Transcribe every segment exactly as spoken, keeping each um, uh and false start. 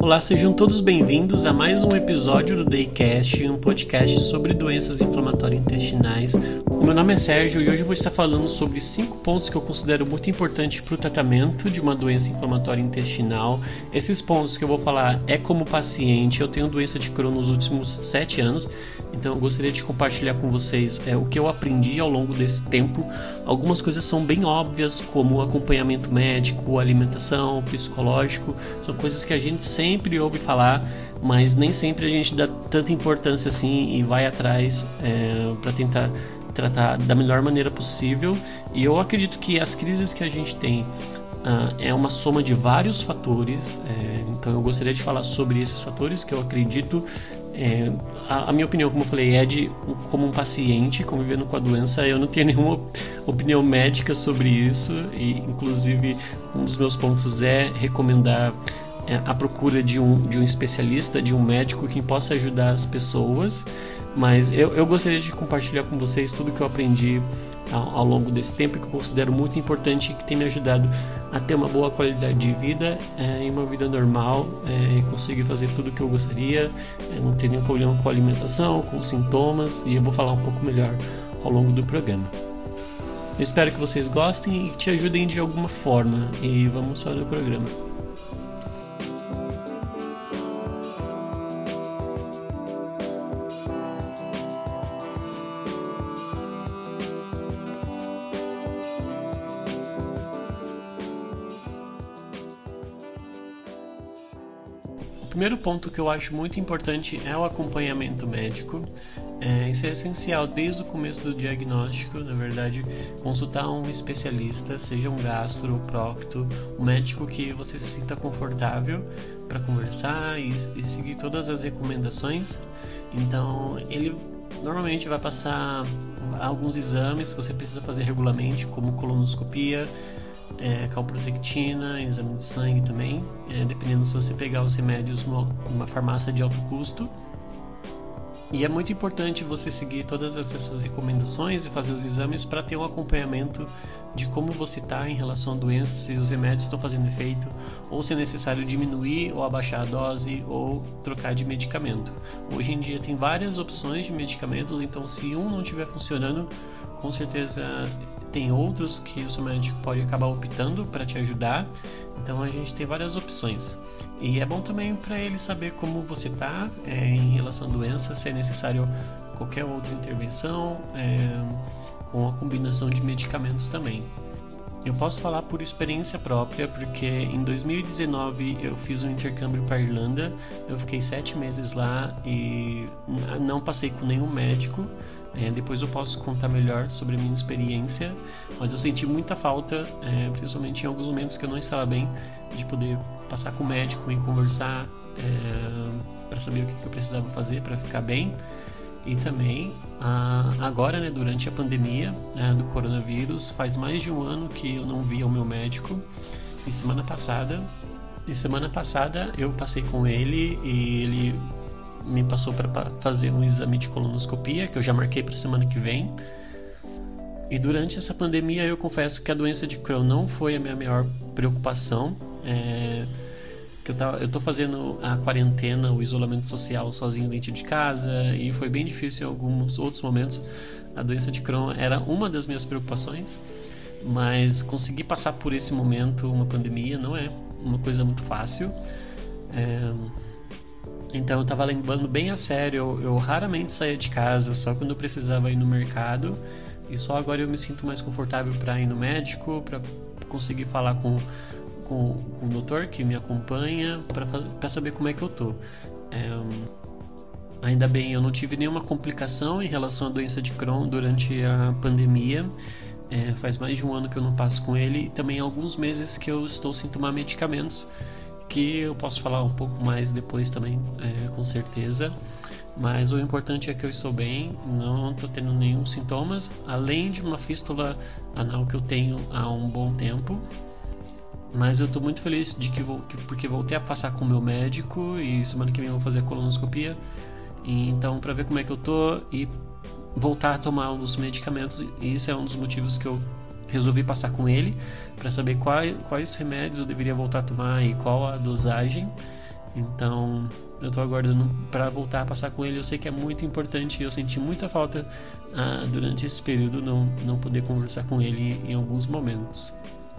Olá, sejam todos bem-vindos a mais um episódio do Daycast, um podcast sobre doenças inflamatórias intestinais. O meu nome é Sérgio e hoje eu vou estar falando sobre cinco pontos que eu considero muito importantes para o tratamento de uma doença inflamatória intestinal. Esses pontos que eu vou falar é como paciente. Eu tenho doença de Crohn nos últimos sete anos, então eu gostaria de compartilhar com vocês é, o que eu aprendi ao longo desse tempo. Algumas coisas são bem óbvias, como acompanhamento médico, alimentação, psicológico, são coisas que a gente sempre ouve falar, mas nem sempre a gente dá tanta importância assim e vai atrás é, para tentar tratar da melhor maneira possível. E eu acredito que as crises que a gente tem uh, é uma soma de vários fatores, é, então eu gostaria de falar sobre esses fatores que eu acredito. É, a, a minha opinião, como eu falei, é de como um paciente convivendo com a doença. Eu não tenho nenhuma op- opinião médica sobre isso e, inclusive, um dos meus pontos é recomendar é, a procura de um, de um especialista, de um médico que possa ajudar as pessoas. Mas eu, eu gostaria de compartilhar com vocês tudo que eu aprendi ao, ao longo desse tempo e que eu considero muito importante e que tem me ajudado a ter uma boa qualidade de vida, é, em uma vida normal, é, conseguir fazer tudo o que eu gostaria, é, não ter nenhum problema com a alimentação, com sintomas, e eu vou falar um pouco melhor ao longo do programa. Eu espero que vocês gostem e te ajudem de alguma forma, e vamos para o programa. O primeiro ponto que eu acho muito importante é o acompanhamento médico. É, isso é essencial desde o começo do diagnóstico. Na verdade, consultar um especialista, seja um gastro ou prócto, um médico que você se sinta confortável para conversar e, e seguir todas as recomendações. Então, ele normalmente vai passar alguns exames que você precisa fazer regularmente, como colonoscopia, É, calprotectina, exame de sangue também, é, dependendo se você pegar os remédios numa farmácia de alto custo. E é muito importante você seguir todas essas recomendações e fazer os exames para ter um acompanhamento de como você está em relação à doença, se os remédios estão fazendo efeito, ou se é necessário diminuir ou abaixar a dose ou trocar de medicamento. Hoje em dia tem várias opções de medicamentos, então se um não estiver funcionando, com certeza tem outros que o seu médico pode acabar optando para te ajudar. Então a gente tem várias opções. E é bom também para ele saber como você está é, em relação à doença, se é necessário qualquer outra intervenção, é, ou uma combinação de medicamentos também. Eu posso falar por experiência própria, porque em dois mil e dezenove eu fiz um intercâmbio para a Irlanda. Eu fiquei sete meses lá e não passei com nenhum médico. É, depois eu posso contar melhor sobre a minha experiência, mas eu senti muita falta, é, principalmente em alguns momentos que eu não estava bem, de poder passar com o médico e conversar é, para saber o que eu precisava fazer para ficar bem. E também, ah, agora, né, durante a pandemia né, do coronavírus, faz mais de um ano que eu não via o meu médico. E semana passada, e semana passada eu passei com ele e ele me passou para fazer um exame de colonoscopia, que eu já marquei para a semana que vem. E durante essa pandemia eu confesso que a doença de Crohn não foi a minha maior preocupação. É... Eu, tava, eu tô fazendo a quarentena, o isolamento social sozinho dentro de casa, e foi bem difícil em alguns outros momentos. A doença de Crohn era uma das minhas preocupações, mas conseguir passar por esse momento, uma pandemia, não é uma coisa muito fácil. É... Então eu tava levando bem a sério, eu, eu raramente saía de casa, só quando eu precisava ir no mercado, e só agora eu me sinto mais confortável para ir no médico, para conseguir falar com Com, com o doutor que me acompanha para saber como é que eu tô. É, ainda bem, eu não tive nenhuma complicação em relação à doença de Crohn durante a pandemia. É, faz mais de um ano que eu não passo com ele, e também alguns meses que eu estou sem tomar medicamentos, que eu posso falar um pouco mais depois também, é, com certeza. Mas o importante é que eu estou bem, não estou tendo nenhum sintomas, além de uma fístula anal que eu tenho há um bom tempo. Mas eu estou muito feliz de que, vou, que porque voltei a passar com o meu médico e semana que vem eu vou fazer a colonoscopia. E, então, para ver como é que eu tô e voltar a tomar os medicamentos. E esse é um dos motivos que eu resolvi passar com ele, para saber quais, quais remédios eu deveria voltar a tomar e qual a dosagem. Então eu tô aguardando para voltar a passar com ele. Eu sei que é muito importante, eu senti muita falta ah, durante esse período não, não poder conversar com ele em alguns momentos.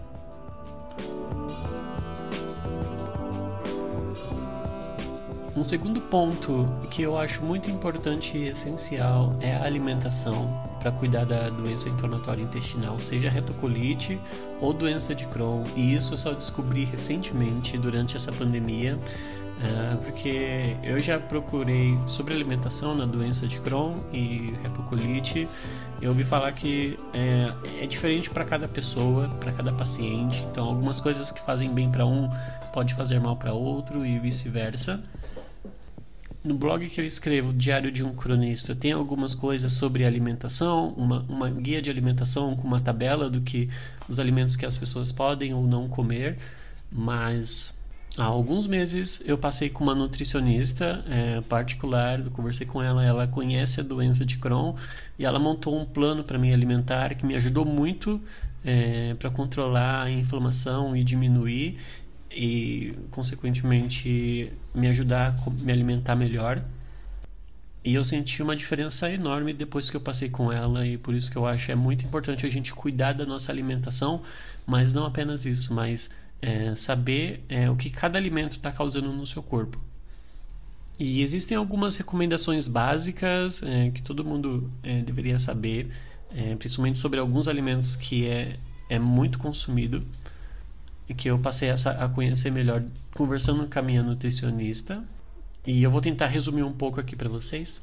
Um segundo ponto que eu acho muito importante e essencial é a alimentação para cuidar da doença inflamatória intestinal, seja retocolite ou doença de Crohn. E isso eu só descobri recentemente durante essa pandemia, porque eu já procurei sobre alimentação na doença de Crohn e retocolite. Eu ouvi falar que é, é diferente para cada pessoa, para cada paciente. Então, algumas coisas que fazem bem para um pode fazer mal para outro e vice-versa. No blog que eu escrevo, Diário de um Cronista, tem algumas coisas sobre alimentação, uma, uma guia de alimentação com uma tabela do que dos alimentos que as pessoas podem ou não comer, mas há alguns meses eu passei com uma nutricionista é, particular, eu conversei com ela, ela conhece a doença de Crohn e ela montou um plano para mim alimentar que me ajudou muito é, para controlar a inflamação e diminuir e consequentemente me ajudar a me alimentar melhor. E eu senti uma diferença enorme depois que eu passei com ela, e por isso que eu acho que é muito importante a gente cuidar da nossa alimentação, mas não apenas isso, mas é, saber é, o que cada alimento está causando no seu corpo. E existem algumas recomendações básicas é, que todo mundo é, deveria saber, é, principalmente sobre alguns alimentos que é, é muito consumido, que eu passei essa, a conhecer melhor conversando com a minha nutricionista, e eu vou tentar resumir um pouco aqui para vocês.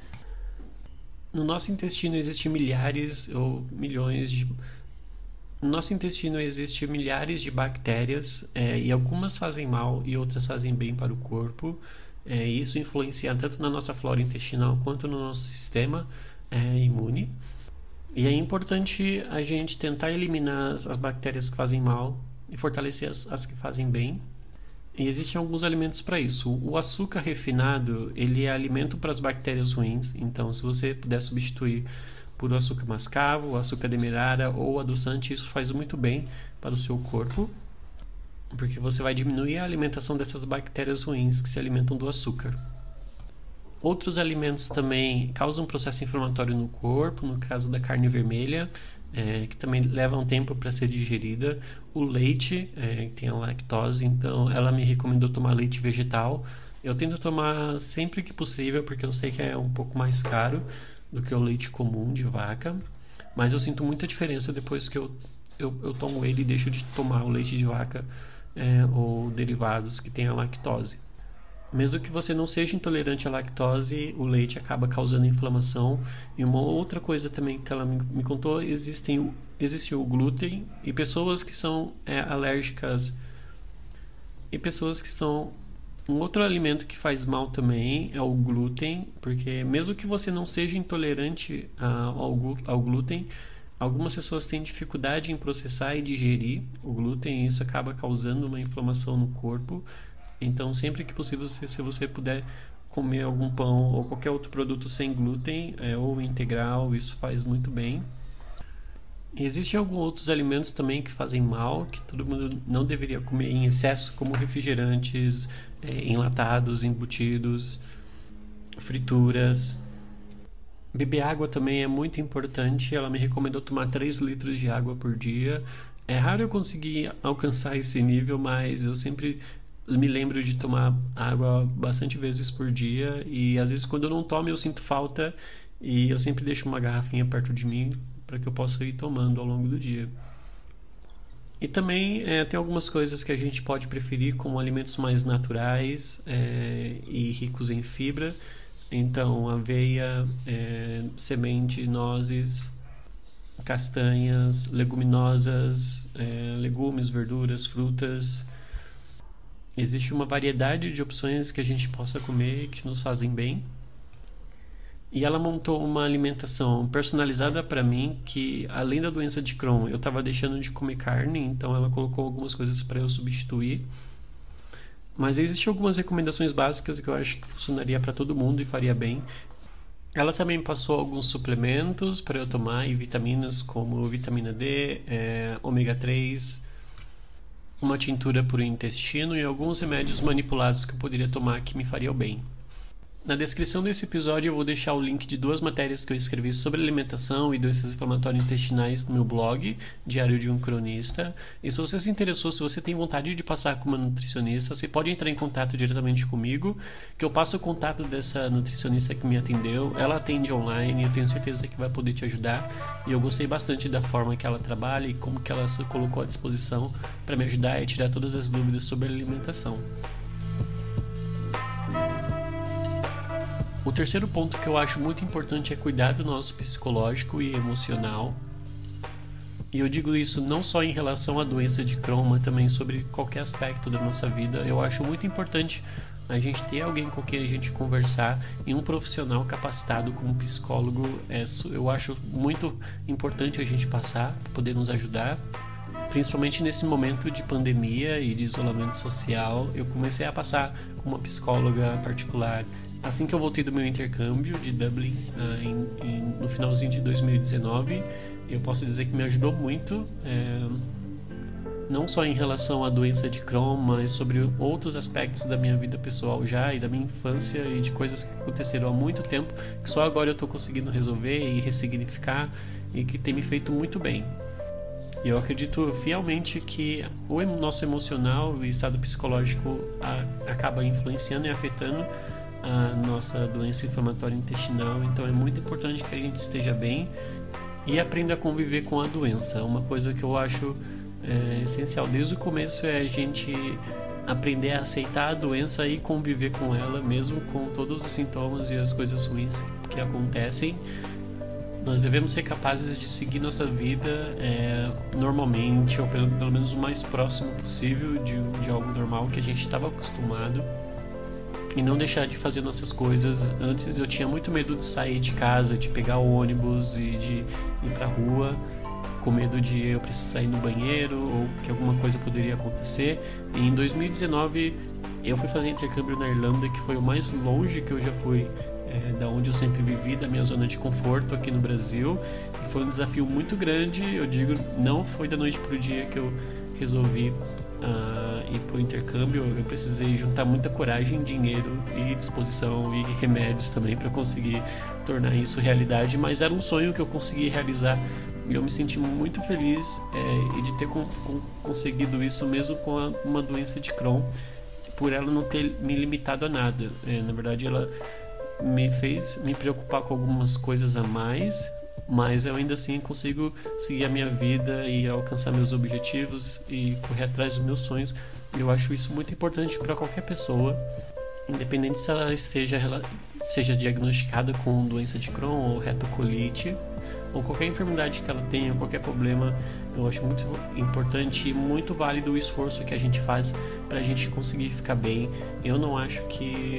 No nosso intestino existem milhares ou milhões de no nosso intestino existem milhares de bactérias é, e algumas fazem mal e outras fazem bem para o corpo. É, isso influencia tanto na nossa flora intestinal quanto no nosso sistema é, imune. E é importante a gente tentar eliminar as, as bactérias que fazem mal e fortalecer as, as que fazem bem. E existem alguns alimentos para isso. O açúcar refinado, ele é alimento para as bactérias ruins. Então, se você puder substituir por o açúcar mascavo, o açúcar demerara ou adoçante, isso faz muito bem para o seu corpo, porque você vai diminuir a alimentação dessas bactérias ruins que se alimentam do açúcar. Outros alimentos também causam um processo inflamatório no corpo, no caso da carne vermelha, É, que também leva um tempo para ser digerida. O leite, é, que tem a lactose, então ela me recomendou tomar leite vegetal. Eu tento tomar sempre que possível, porque eu sei que é um pouco mais caro do que o leite comum de vaca, mas eu sinto muita diferença depois que eu, eu, eu tomo ele e deixo de tomar o leite de vaca é, ou derivados que tem a lactose. Mesmo que você não seja intolerante à lactose, o leite acaba causando inflamação. E uma outra coisa também que ela me contou, existem, existe o glúten e pessoas que são é, alérgicas e pessoas que estão... Um outro alimento que faz mal também é o glúten, porque mesmo que você não seja intolerante ao, ao glúten, algumas pessoas têm dificuldade em processar e digerir o glúten e isso acaba causando uma inflamação no corpo. Então, sempre que possível, se, se você puder comer algum pão ou qualquer outro produto sem glúten é, ou integral, isso faz muito bem. E existem alguns outros alimentos também que fazem mal, que todo mundo não deveria comer em excesso, como refrigerantes, é, enlatados, embutidos, frituras. Beber água também é muito importante. Ela me recomendou tomar três litros de água por dia. É raro eu conseguir alcançar esse nível, mas eu sempre... me lembro de tomar água bastante vezes por dia e às vezes quando eu não tomo eu sinto falta e eu sempre deixo uma garrafinha perto de mim para que eu possa ir tomando ao longo do dia. E também é, tem algumas coisas que a gente pode preferir como alimentos mais naturais é, e ricos em fibra. Então aveia, é, semente, nozes, castanhas, leguminosas, é, legumes, verduras, frutas. Existe uma variedade de opções que a gente possa comer que nos fazem bem. E ela montou uma alimentação personalizada para mim, que além da doença de Crohn, eu estava deixando de comer carne, então ela colocou algumas coisas para eu substituir. Mas existem algumas recomendações básicas que eu acho que funcionaria para todo mundo e faria bem. Ela também passou alguns suplementos para eu tomar e vitaminas como vitamina D, é, ômega três, uma tintura para o intestino e alguns remédios manipulados que eu poderia tomar que me fariam bem. Na descrição desse episódio eu vou deixar o link de duas matérias que eu escrevi sobre alimentação e doenças inflamatórias intestinais no meu blog, Diário de um Cronista. E se você se interessou, se você tem vontade de passar com uma nutricionista, você pode entrar em contato diretamente comigo, que eu passo o contato dessa nutricionista que me atendeu. Ela atende online, eu tenho certeza que vai poder te ajudar. E eu gostei bastante da forma que ela trabalha e como que ela se colocou à disposição para me ajudar e tirar todas as dúvidas sobre alimentação. O terceiro ponto que eu acho muito importante é cuidar do nosso psicológico e emocional. E eu digo isso não só em relação à doença de Crohn, mas também sobre qualquer aspecto da nossa vida. Eu acho muito importante a gente ter alguém com quem a gente conversar e um profissional capacitado como psicólogo. É, eu acho muito importante a gente passar para poder nos ajudar. Principalmente nesse momento de pandemia e de isolamento social, eu comecei a passar com uma psicóloga particular assim que eu voltei do meu intercâmbio de Dublin, uh, em, em, no finalzinho de dois mil e dezenove. Eu posso dizer que me ajudou muito, é, não só em relação à doença de Crohn, mas sobre outros aspectos da minha vida pessoal já e da minha infância e de coisas que aconteceram há muito tempo, que só agora eu estou conseguindo resolver e ressignificar e que tem me feito muito bem. E eu acredito fielmente que o nosso emocional e estado psicológico a, acaba influenciando e afetando a nossa doença inflamatória intestinal. Então é muito importante que a gente esteja bem e aprenda a conviver com a doença. Uma coisa que eu acho é, essencial desde o começo é a gente aprender a aceitar a doença e conviver com ela, mesmo com todos os sintomas e as coisas ruins que acontecem. Nós devemos ser capazes de seguir nossa vida é, normalmente, ou pelo, pelo menos o mais próximo possível de, de algo normal que a gente estava acostumado, e não deixar de fazer nossas coisas. Antes eu tinha muito medo de sair de casa, de pegar o ônibus e de ir pra rua, com medo de eu precisar ir no banheiro ou que alguma coisa poderia acontecer. E em dois mil e dezenove eu fui fazer intercâmbio na Irlanda, que foi o mais longe que eu já fui é, da onde eu sempre vivi, da minha zona de conforto aqui no Brasil, e foi um desafio muito grande. Eu digo, não foi da noite pro dia que eu resolvi uh, ir pro intercâmbio. Eu precisei juntar muita coragem, dinheiro e disposição e remédios também para conseguir tornar isso realidade, mas era um sonho que eu consegui realizar e eu me senti muito feliz é, de ter com, com, conseguido isso mesmo com a, uma doença de Crohn, por ela não ter me limitado a nada. É, na verdade ela me fez me preocupar com algumas coisas a mais, mas eu ainda assim consigo seguir a minha vida e alcançar meus objetivos e correr atrás dos meus sonhos. Eu acho isso muito importante para qualquer pessoa, independente se ela esteja seja diagnosticada com doença de Crohn ou retocolite ou qualquer enfermidade que ela tenha, qualquer problema. Eu acho muito importante e muito válido o esforço que a gente faz para a gente conseguir ficar bem. Eu não acho que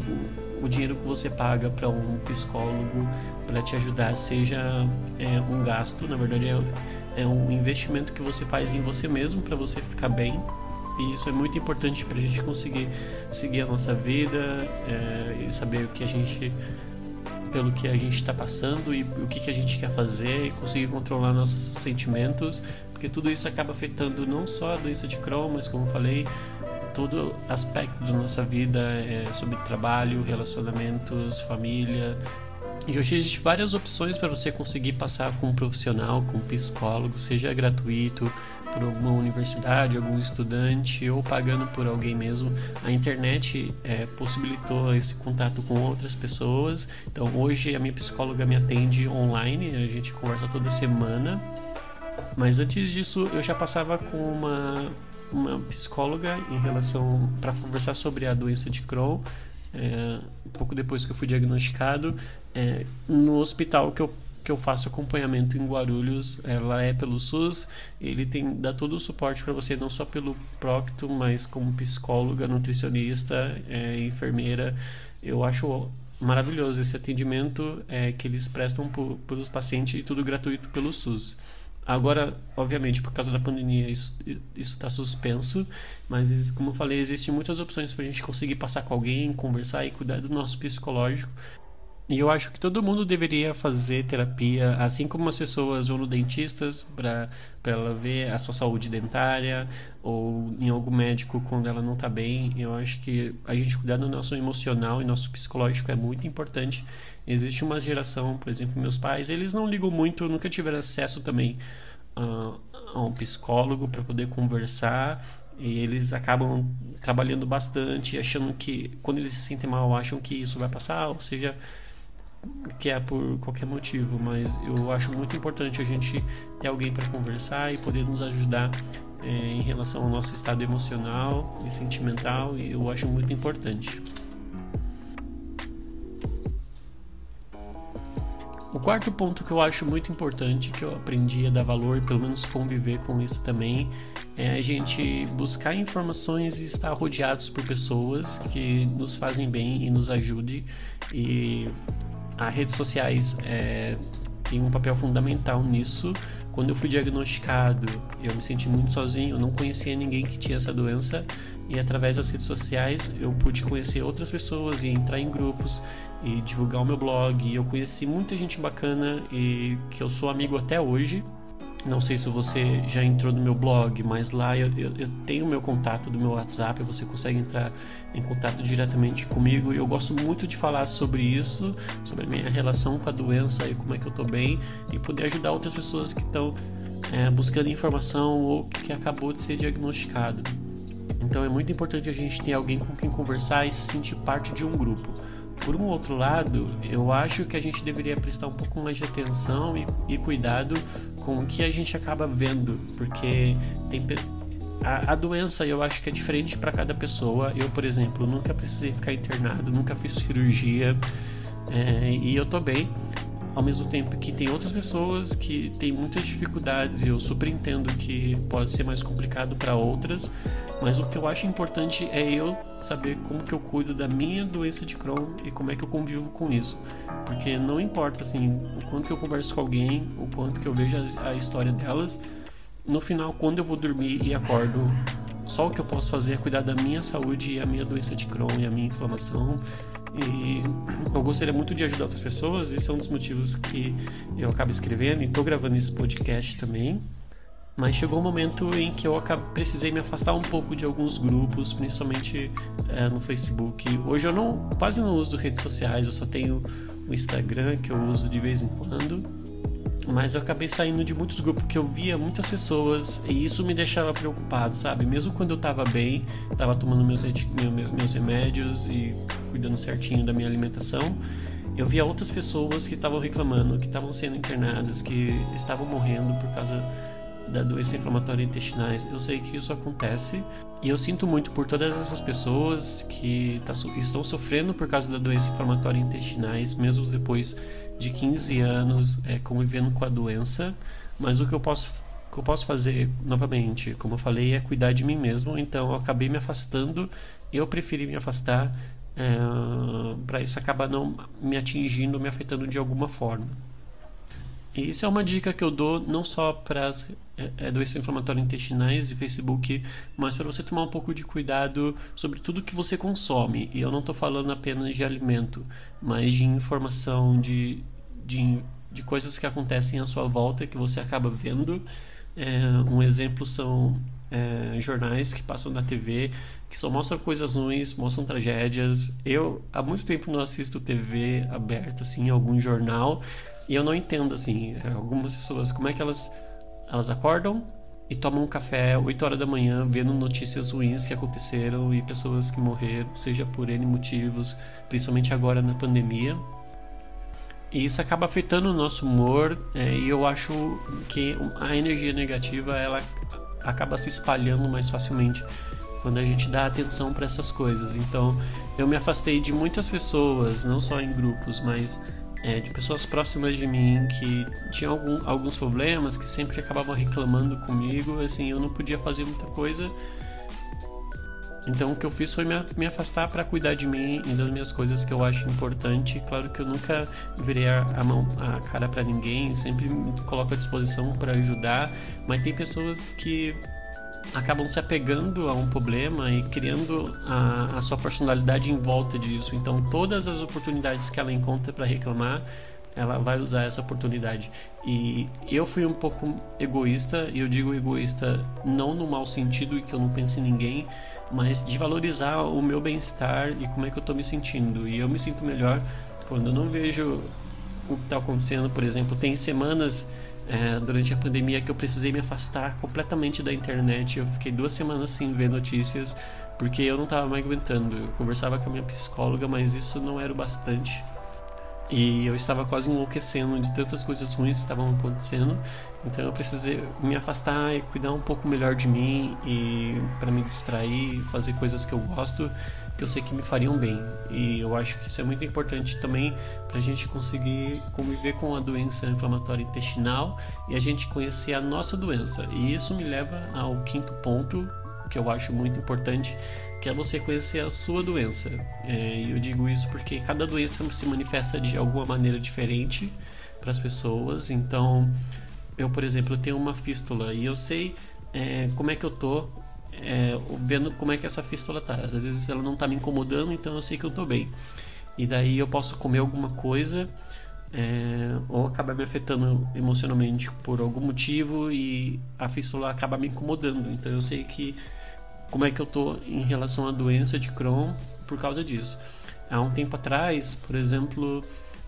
o, o dinheiro que você paga para um psicólogo para te ajudar seja é, um gasto. Na verdade é, é um investimento que você faz em você mesmo para você ficar bem. E isso é muito importante para a gente conseguir seguir a nossa vida é, e saber o que a gente, pelo que a gente está passando e o que, que a gente quer fazer, e conseguir controlar nossos sentimentos, porque tudo isso acaba afetando não só a doença de Crohn, mas, como eu falei, todo aspecto da nossa vida é, sobre trabalho, relacionamentos, família. E hoje existem várias opções para você conseguir passar com um profissional, com um psicólogo, seja gratuito, por alguma universidade, algum estudante, ou pagando por alguém mesmo. A internet é, possibilitou esse contato com outras pessoas. Então hoje a minha psicóloga me atende online, a gente conversa toda semana. Mas antes disso eu já passava com uma, uma psicóloga em relação para conversar sobre a doença de Crohn. É, um pouco depois que eu fui diagnosticado, é, no hospital que eu, que eu faço acompanhamento em Guarulhos, ela é pelo SUS, ele tem, dá todo o suporte para você, não só pelo prócto, mas como psicóloga, nutricionista, é, enfermeira. Eu acho maravilhoso esse atendimento é, que eles prestam para os pacientes, e tudo gratuito pelo SUS. Agora, obviamente, por causa da pandemia, isso está suspenso, mas, como eu falei, existem muitas opções para a gente conseguir passar com alguém, conversar e cuidar do nosso psicológico. E eu acho que todo mundo deveria fazer terapia, assim como as pessoas vão no dentista para para ela ver a sua saúde dentária ou em algum médico quando ela não está bem. Eu acho que a gente cuidar do nosso emocional e nosso psicológico é muito importante. Existe uma geração, por exemplo, meus pais, eles não ligam muito, nunca tiveram acesso também a, a um psicólogo para poder conversar. E eles acabam trabalhando bastante, achando que quando eles se sentem mal, acham que isso vai passar, ou seja, que é por qualquer motivo, mas eu acho muito importante a gente ter alguém para conversar e poder nos ajudar é, em relação ao nosso estado emocional e sentimental, e eu acho muito importante. O quarto ponto que eu acho muito importante, que eu aprendi a dar valor, pelo menos conviver com isso também, é a gente buscar informações e estar rodeados por pessoas que nos fazem bem e nos ajudem. E as redes sociais é, têm um papel fundamental nisso. Quando eu fui diagnosticado, eu me senti muito sozinho, eu não conhecia ninguém que tinha essa doença, e através das redes sociais eu pude conhecer outras pessoas e entrar em grupos e divulgar o meu blog, e eu conheci muita gente bacana e que eu sou amigo até hoje. Não sei se você já entrou no meu blog, mas lá eu, eu, eu tenho o meu contato do meu WhatsApp, você consegue entrar em contato diretamente comigo, e eu gosto muito de falar sobre isso, sobre a minha relação com a doença e como é que eu tô bem, e poder ajudar outras pessoas que estão é, buscando informação ou que acabou de ser diagnosticado. Então é muito importante a gente ter alguém com quem conversar e se sentir parte de um grupo. Por um outro lado, eu acho que a gente deveria prestar um pouco mais de atenção e, e cuidado com o que a gente acaba vendo, porque tem, a, a doença eu acho que é diferente para cada pessoa. Eu, por exemplo, nunca precisei ficar internado, nunca fiz cirurgia, é, e eu tô bem. Ao mesmo tempo que tem outras pessoas que têm muitas dificuldades, e eu super entendo que pode ser mais complicado para outras, mas o que eu acho importante é eu saber como que eu cuido da minha doença de Crohn e como é que eu convivo com isso, porque não importa assim, o quanto que eu converso com alguém, o quanto que eu vejo a, a história delas, no final, quando eu vou dormir e acordo, só o que eu posso fazer é cuidar da minha saúde e a minha doença de Crohn e a minha inflamação. E eu gostaria muito de ajudar outras pessoas, e são um dos motivos que eu acabo escrevendo e estou gravando esse podcast também. Mas chegou um momento em que eu acabei, precisei me afastar um pouco de alguns grupos, principalmente é, no Facebook. Hoje eu não, quase não uso redes sociais, eu só tenho o Instagram, que eu uso de vez em quando. Mas eu acabei saindo de muitos grupos que eu via muitas pessoas, e isso me deixava preocupado, sabe? Mesmo quando eu tava bem, tava tomando meus, meus, meus remédios e cuidando certinho da minha alimentação, eu via outras pessoas que estavam reclamando, que estavam sendo internadas, que estavam morrendo por causa da doença inflamatória intestinais. Eu sei que isso acontece, e eu sinto muito por todas essas pessoas que tá, estão sofrendo por causa da doença inflamatória intestinais, mesmo depois de quinze anos é, convivendo com a doença. Mas o que eu posso, que eu posso fazer, novamente, como eu falei, é cuidar de mim mesmo. Então eu acabei me afastando, eu preferi me afastar é, para isso acabar não me atingindo, me afetando de alguma forma. E isso é uma dica que eu dou não só para as é, doenças inflamatórias intestinais e Facebook, mas para você tomar um pouco de cuidado sobre tudo que você consome. E eu não estou falando apenas de alimento, mas de informação, de, de, de coisas que acontecem à sua volta que você acaba vendo. É, um exemplo são é, jornais que passam na T V, que só mostram coisas ruins, mostram tragédias. Eu há muito tempo não assisto T V aberta, assim, algum jornal. E eu não entendo, assim, algumas pessoas, como é que elas, elas acordam e tomam um café oito horas da manhã vendo notícias ruins que aconteceram e pessoas que morreram, seja por N motivos, principalmente agora na pandemia. E isso acaba afetando o nosso humor, é, e eu acho que a energia negativa ela acaba se espalhando mais facilmente quando a gente dá atenção para essas coisas. Então eu me afastei de muitas pessoas, não só em grupos, mas É, de pessoas próximas de mim que tinham algum, alguns problemas, que sempre acabavam reclamando comigo, assim, eu não podia fazer muita coisa. Então o que eu fiz foi me, me afastar para cuidar de mim e das minhas coisas que eu acho importante. Claro que eu nunca virei a, a mão, a cara para ninguém, sempre me coloco à disposição para ajudar, mas tem pessoas que acabam se apegando a um problema e criando a, a sua personalidade em volta disso. Então, todas as oportunidades que ela encontra para reclamar, ela vai usar essa oportunidade. E eu fui um pouco egoísta, e eu digo egoísta não no mau sentido, em que eu não penso em ninguém, mas de valorizar o meu bem-estar e como é que eu estou me sentindo. E eu me sinto melhor quando eu não vejo o que está acontecendo. Por exemplo, tem semanas é, durante a pandemia que eu precisei me afastar completamente da internet. Eu fiquei duas semanas sem ver notícias porque eu não estava mais aguentando. Eu conversava com a minha psicóloga, mas isso não era o bastante. E eu estava quase enlouquecendo de tantas coisas ruins que estavam acontecendo. Então eu precisei me afastar e cuidar um pouco melhor de mim, e para me distrair, fazer coisas que eu gosto, que eu sei que me fariam bem. E eu acho que isso é muito importante também para a gente conseguir conviver com a doença inflamatória intestinal e a gente conhecer a nossa doença. E isso me leva ao quinto ponto, que eu acho muito importante, que é você conhecer a sua doença. É, eu digo isso porque cada doença se manifesta de alguma maneira diferente para as pessoas. Então, eu, por exemplo, tenho uma fístula e eu sei é, como é que eu tô é, vendo como é que essa fístula tá. Às vezes ela não tá me incomodando, então eu sei que eu tô bem. E daí eu posso comer alguma coisa é, ou acabar me afetando emocionalmente por algum motivo e a fístula acaba me incomodando. Então eu sei que como é que eu tô em relação à doença de Crohn por causa disso. Há um tempo atrás, por exemplo,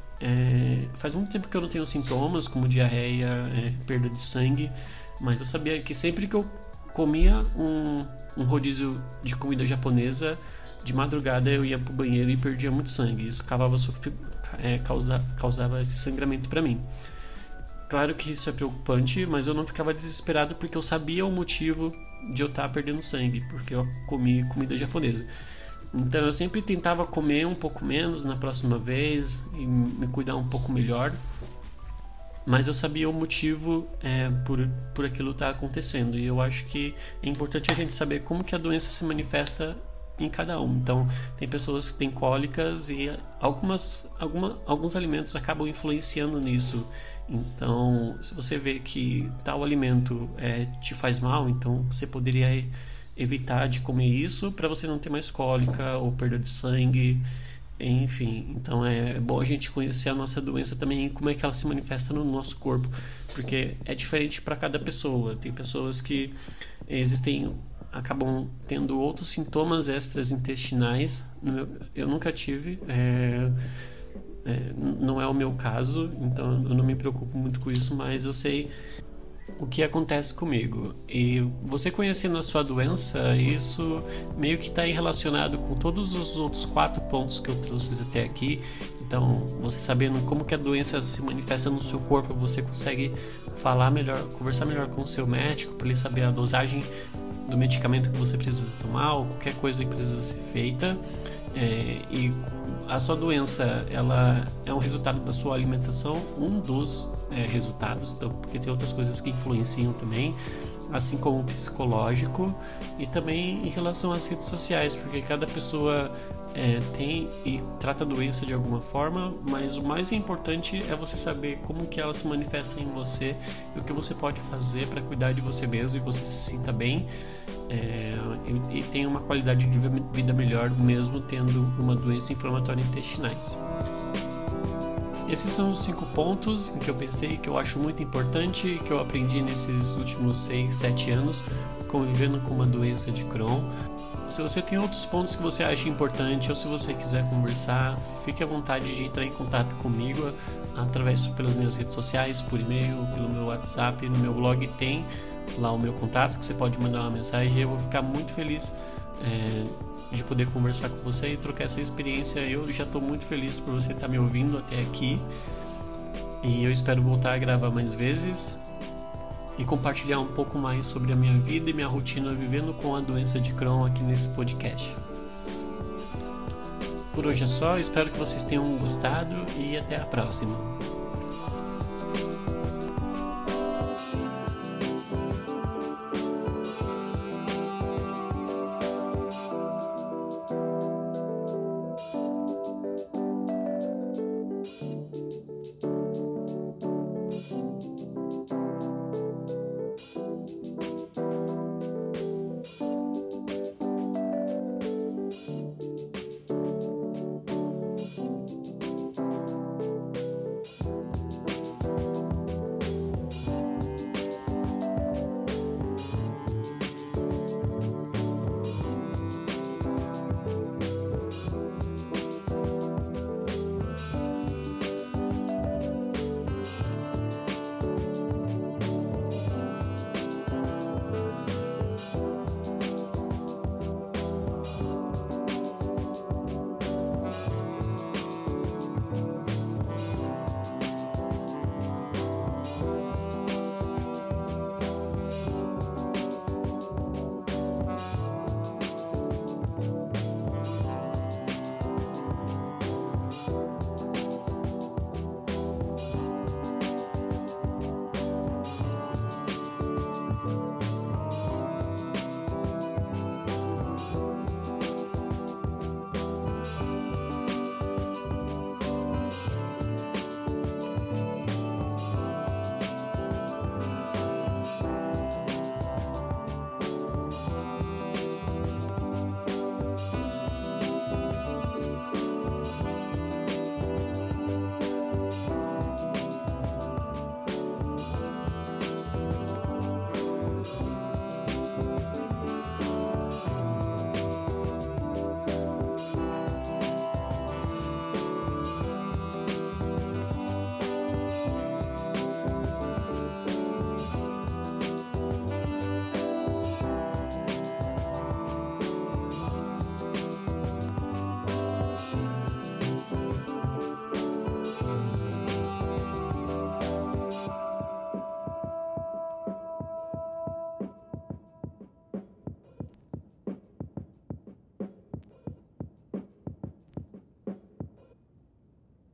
é, faz muito tempo que eu não tenho sintomas como diarreia, é, perda de sangue, mas eu sabia que sempre que eu comia um, um rodízio de comida japonesa, de madrugada eu ia pro banheiro e perdia muito sangue. Isso causava, é, causa, causava esse sangramento para mim. Claro que isso é preocupante, mas eu não ficava desesperado porque eu sabia o motivo de eu estar perdendo sangue, porque eu comi comida japonesa. Então eu sempre tentava comer um pouco menos na próxima vez e me cuidar um pouco melhor, mas eu sabia o motivo é, por, por aquilo estar acontecendo. E eu acho que é importante a gente saber como que a doença se manifesta em cada um. Então tem pessoas que têm cólicas e algumas, alguma, alguns alimentos acabam influenciando nisso. Então, se você vê que tal alimento é, te faz mal, então você poderia evitar de comer isso para você não ter mais cólica ou perda de sangue, enfim. Então é bom a gente conhecer a nossa doença também, como é que ela se manifesta no nosso corpo, porque é diferente para cada pessoa. Tem pessoas que existem, acabam tendo outros sintomas extras intestinais. Eu nunca tive, é, É, não é o meu caso, então eu não me preocupo muito com isso, mas eu sei o que acontece comigo. E você conhecendo a sua doença, isso meio que está relacionado com todos os outros quatro pontos que eu trouxe até aqui. Então, você sabendo como que a doença se manifesta no seu corpo, você consegue falar melhor, conversar melhor com o seu médico para ele saber a dosagem do medicamento que você precisa tomar ou qualquer coisa que precisa ser feita. É, e a sua doença, ela é um resultado da sua alimentação, um dos é, resultados, então, porque tem outras coisas que influenciam também, assim como o psicológico e também em relação às redes sociais, porque cada pessoa é, tem e trata a doença de alguma forma, mas o mais importante é você saber como que ela se manifesta em você e o que você pode fazer para cuidar de você mesmo e você se sinta bem é, e, e tenha uma qualidade de vida melhor mesmo tendo uma doença inflamatória intestinais. Esses são os cinco pontos em que eu pensei, que eu acho muito importante, que eu aprendi nesses últimos seis, sete anos convivendo com uma doença de Crohn. Se você tem outros pontos que você acha importante ou se você quiser conversar, fique à vontade de entrar em contato comigo através pelas minhas redes sociais, por e-mail, pelo meu WhatsApp. No meu blog tem lá o meu contato, que você pode mandar uma mensagem e eu vou ficar muito feliz é, de poder conversar com você e trocar essa experiência. Eu já estou muito feliz por você estar me ouvindo até aqui e eu espero voltar a gravar mais vezes e compartilhar um pouco mais sobre a minha vida e minha rotina vivendo com a doença de Crohn aqui nesse podcast. Por hoje é só, espero que vocês tenham gostado e até a próxima.